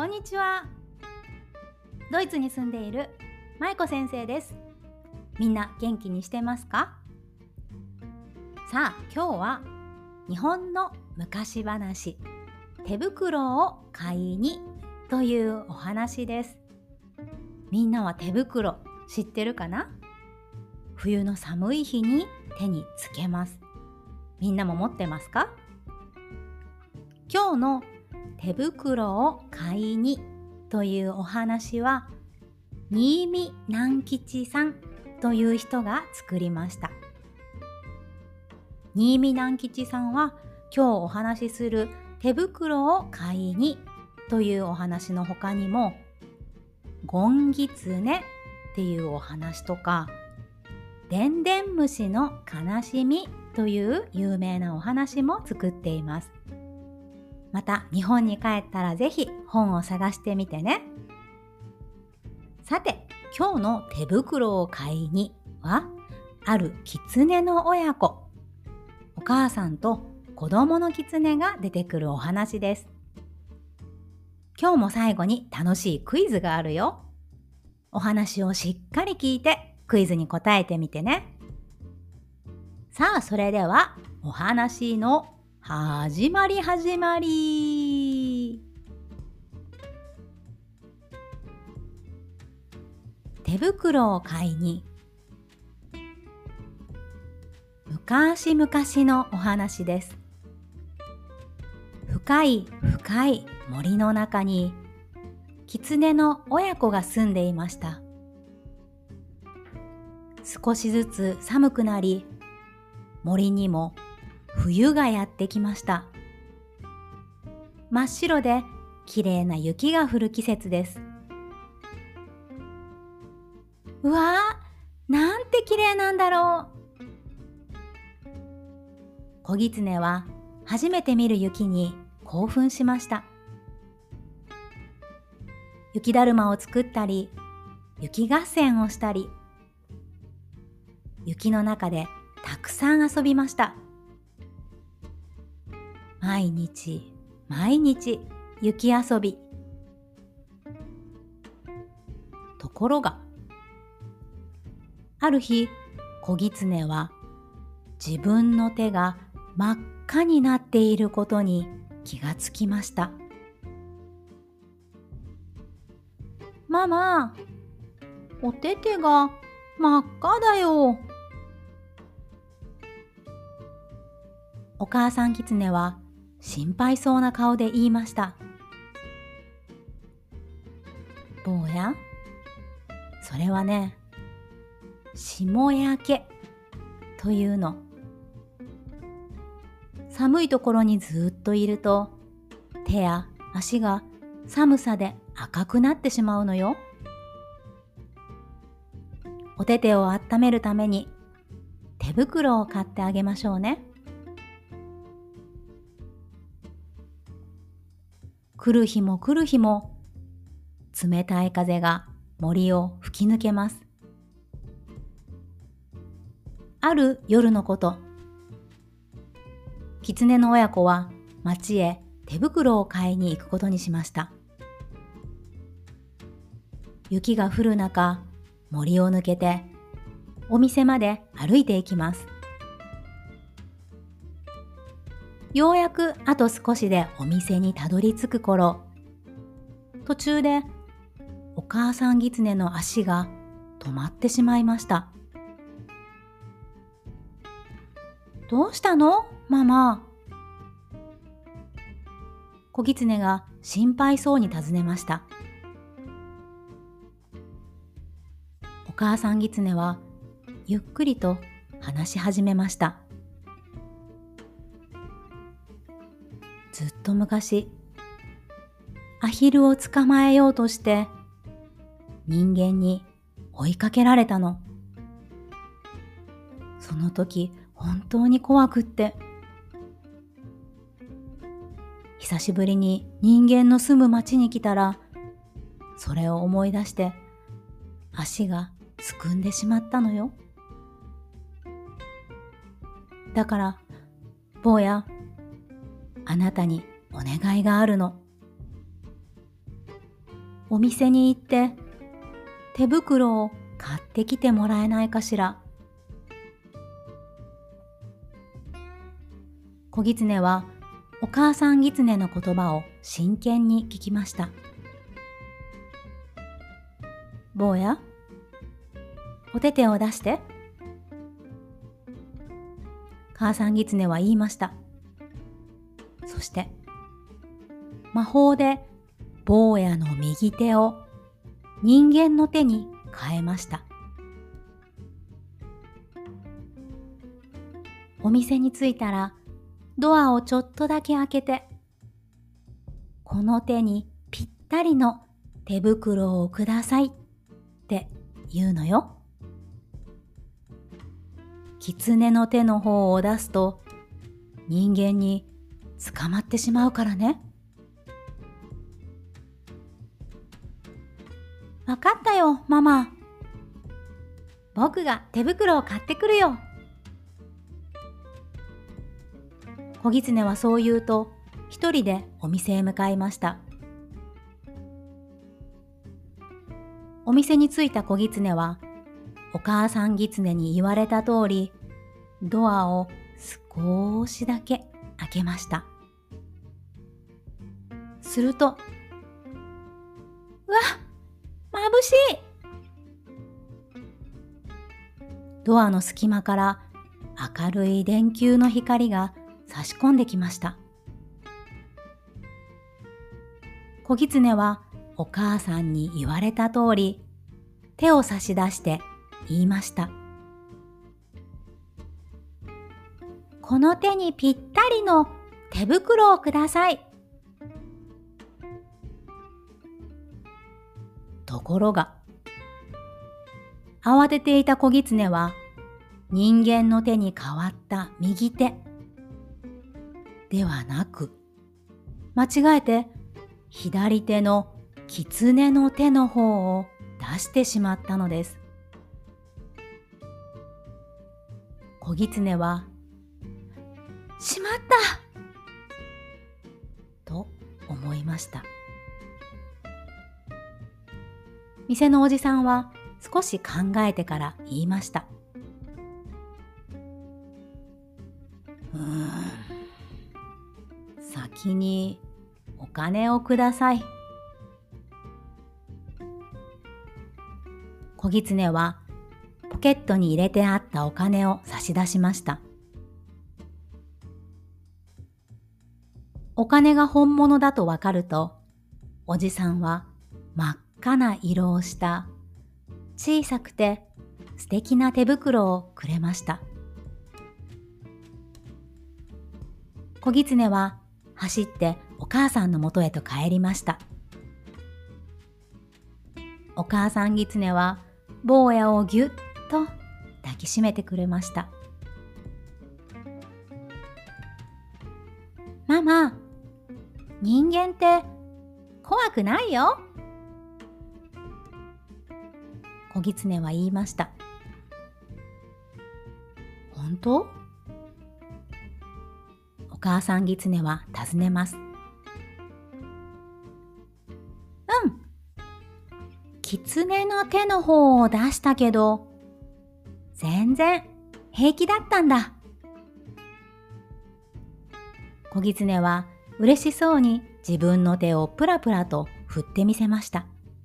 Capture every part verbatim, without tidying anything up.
んにちは。ドイツに住んでいるまいこ先生です。みんな元気にしてますか？さあ、今日は日本の昔話、手袋を買いにというお話です。みんなは手袋知ってるかな？冬の寒い日に手につけます。みんなも持ってますか？今日の手袋を買いにというお話は、新見南吉さんという人が作りました。新見南吉さんは今日お話しする手袋を買いにというお話の他にも、ゴンギツネっていうお話とか、でんでん虫の悲しみという有名なお話も作っています。また日本に帰ったらぜひ本を探してみてね。さて、今日の手袋を買いには、ある狐の親子、お母さんと子供の狐が出てくるお話です。今日も最後に楽しいクイズがあるよ。お話をしっかり聞いてクイズに答えてみてね。さあ、それではお話の始まり始まり。手袋を買いに。昔々のお話です。深い深い森の中に狐の親子が住んでいました。少しずつ寒くなり、森にも冬がやってきました。真っ白で綺麗な雪が降る季節です。うわー、なんて綺麗なんだろう。子狐は初めて見る雪に興奮しました。雪だるまを作ったり、雪合戦をしたり、雪の中でたくさん遊びました。毎日毎日雪遊び。ところが、ある日、子狐は自分の手が真っ赤になっていることに気がつきました。ママ、お手手が真っ赤だよ。お母さん狐は心配そうな顔で言いました。坊や、それはね、霜焼けというの。寒いところにずっといると、手や足が寒さで赤くなってしまうのよ。お手手を温めるために手袋を買ってあげましょうね。来る日も来る日も冷たい風が森を吹き抜けます。ある夜のこと、狐の親子は町へ手袋を買いに行くことにしました。雪が降る中、森を抜けてお店まで歩いていきます。ようやくあと少しでお店にたどり着く頃、途中でお母さん狐の足が止まってしまいました。どうしたの、ママ？子狐が心配そうに尋ねました。お母さん狐はゆっくりと話し始めました。ずっと昔、アヒルを捕まえようとして人間に追いかけられたの。その時本当に怖くって、久しぶりに人間の住む町に来たら、それを思い出して足がすくんでしまったのよ。だから坊や、あなたにお願いがあるの。 お店に行って手袋を買ってきてもらえないかしら。子狐はお母さん狐の言葉を真剣に聞きました。坊や、お手手を出して。母さん狐は言いました。そして魔法で坊やの右手を人間の手に変えました。お店に着いたらドアをちょっとだけ開けて、この手にぴったりの手袋をくださいって言うのよ。狐の手の方を出すと人間に捕まってしまうからね。わかったよ、ママ。僕が手袋を買ってくるよ。子狐はそう言うと、一人でお店へ向かいました。お店に着いた子狐は、お母さん狐に言われた通り、ドアを少しだけ開けました。すると、うわっ、眩しい。ドアの隙間から明るい電球の光が差し込んできました。子狐はお母さんに言われた通り、手を差し出して言いました。この手にぴったりの手袋をください。ところが、慌てていた子狐は人間の手に変わった右手ではなく、間違えて左手の狐の手の方を出してしまったのです。子狐は、しまったと思いました。店のおじさんは少し考えてから言いました。うーん、先にお金をください。子狐はポケットに入れてあったお金を差し出しました。お金が本物だとわかると、おじさんは真っ赤な色をした小さくて素敵な手袋をくれました。子狐は走ってお母さんのもとへと帰りました。お母さん狐は坊やをぎゅっと抱きしめてくれました。ママ、人間って怖くないよ。子狐は言いました。本当？お母さん狐は尋ねます。うん。狐の手の方を出したけど、全然平気だったんだ。子狐は嬉しそうに自分の手をプラプラと振ってみせました。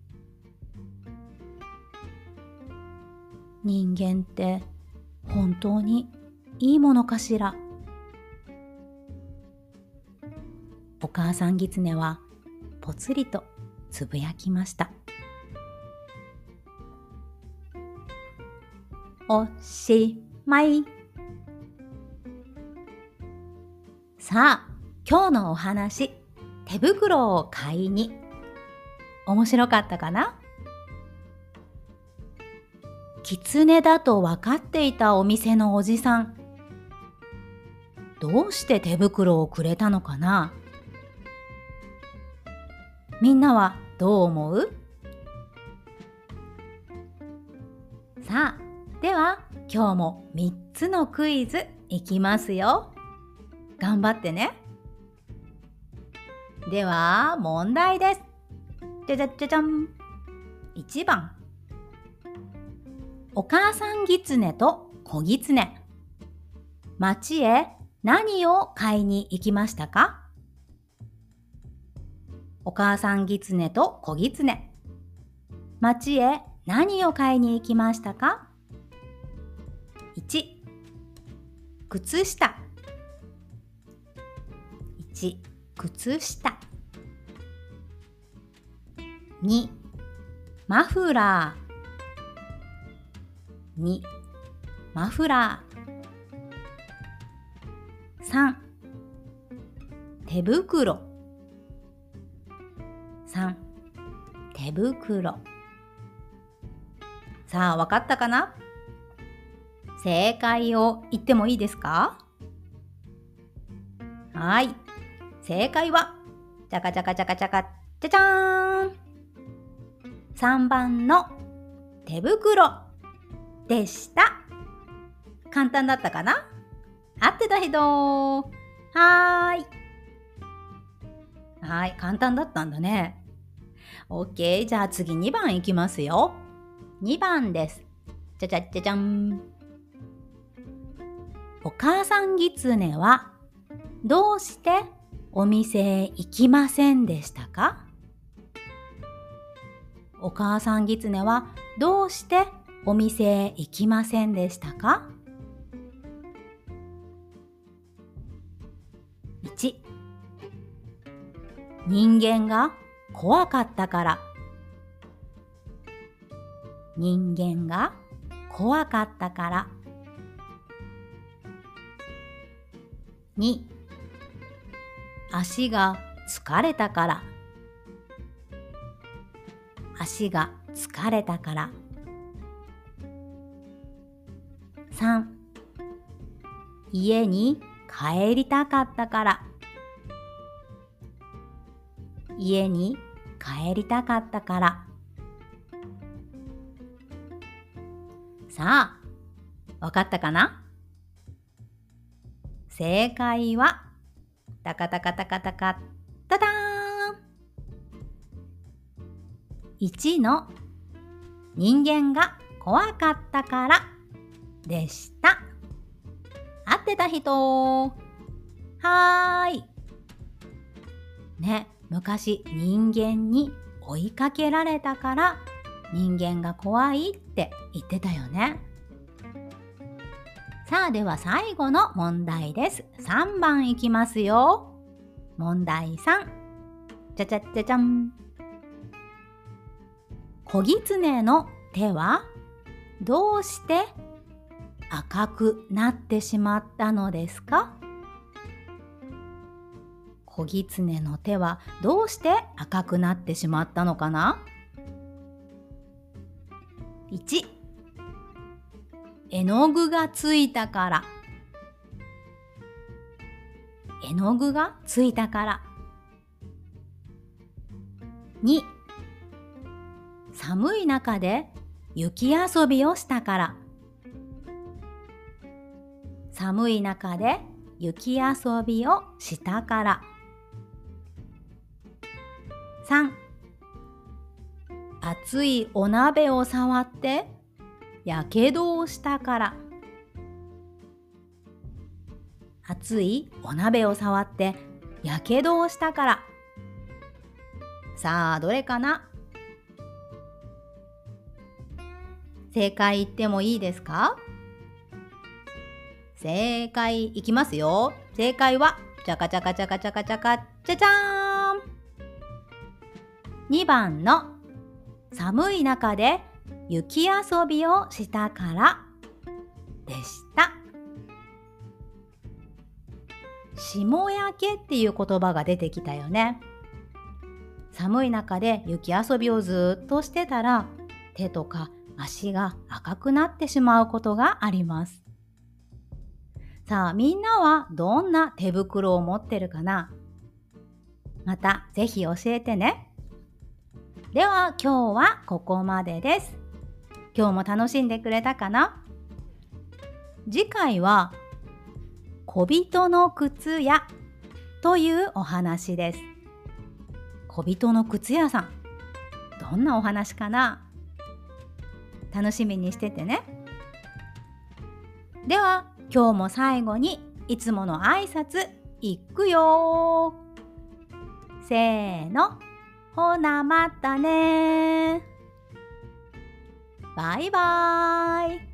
人間って本当にいいものかしら。お母さん狐はぽつりとつぶやきました。おしまい。さあ、今日のお話、手袋を買いに。面白かったかな？狐だと分かっていたお店のおじさん、どうして手袋をくれたのかな？みんなはどう思う？さあ、では今日もみっつのクイズいきますよ。頑張ってね。では問題です。 じゃじゃじゃじゃん。いちばん。お母さんギツネと子ギツネ。町へ何を買いに行きましたか？お母さんギツネと子ギツネ。町へ何を買いに行きましたか？いち、靴下。いち、靴下。に、マフラー。に、マフラー。さん、手袋。さん、手袋。さあ、わかったかな？正解を言ってもいいですか？はい。正解は、チャカチャカチャカチャカ、チャチャーン。さんばんの手袋でした。簡単だったかな？合ってた人？はーい。はい、簡単だったんだね。OK、じゃあ次にばんいきますよ。にばんです。じゃじゃじゃじゃん。お母さんギツネはどうしてお店へ行きませんでしたか？お母さんギツネはどうしてお店へ行きませんでしたか？いち、人間が怖かったから。人間が怖かったから。に、足が疲れたから。足が疲れたから。さん、家に帰りたかったから。家に帰りたかったから。さあ、わかったかな？正解は、タカタカタカタカ、タターン。いちの人間が怖かったからでした。合ってた人？はーい。ね、昔人間に追いかけられたから人間が怖いって言ってたよね。さあ、では最後の問題です。さんばんいきますよ。問題さん。じゃじゃじゃじゃん。子ギツネの手はどうして赤くなってしまったのですか？子ギツネの手はどうして赤くなってしまったのかな？いち、絵の具がついたから。絵の具がついたから。に、寒い中で雪遊びをしたから。寒い中で雪遊びをしたから。さん、熱いお鍋を触ってやけどをしたから。熱いお鍋を触ってやけどをしたから。さあ、どれかな？正解言ってもいいですか？正解いきますよ。正解はチャカチャカチャカチャカチャカチャチャーン。にばんの寒い中で雪遊びをしたからでした。霜焼けっていう言葉が出てきたよね。寒い中で雪遊びをずっとしてたら手とか足が赤くなってしまうことがあります。さあ、みんなはどんな手袋を持ってるかな？またぜひ教えてね。では今日はここまでです。今日も楽しんでくれたかな？次回は小人の靴屋というお話です。小人の靴屋さん。 どんなお話かな。楽しみにしててね。では今日も最後にいつもの挨拶いくよ。せーの。ほなまたね。バイバーイ。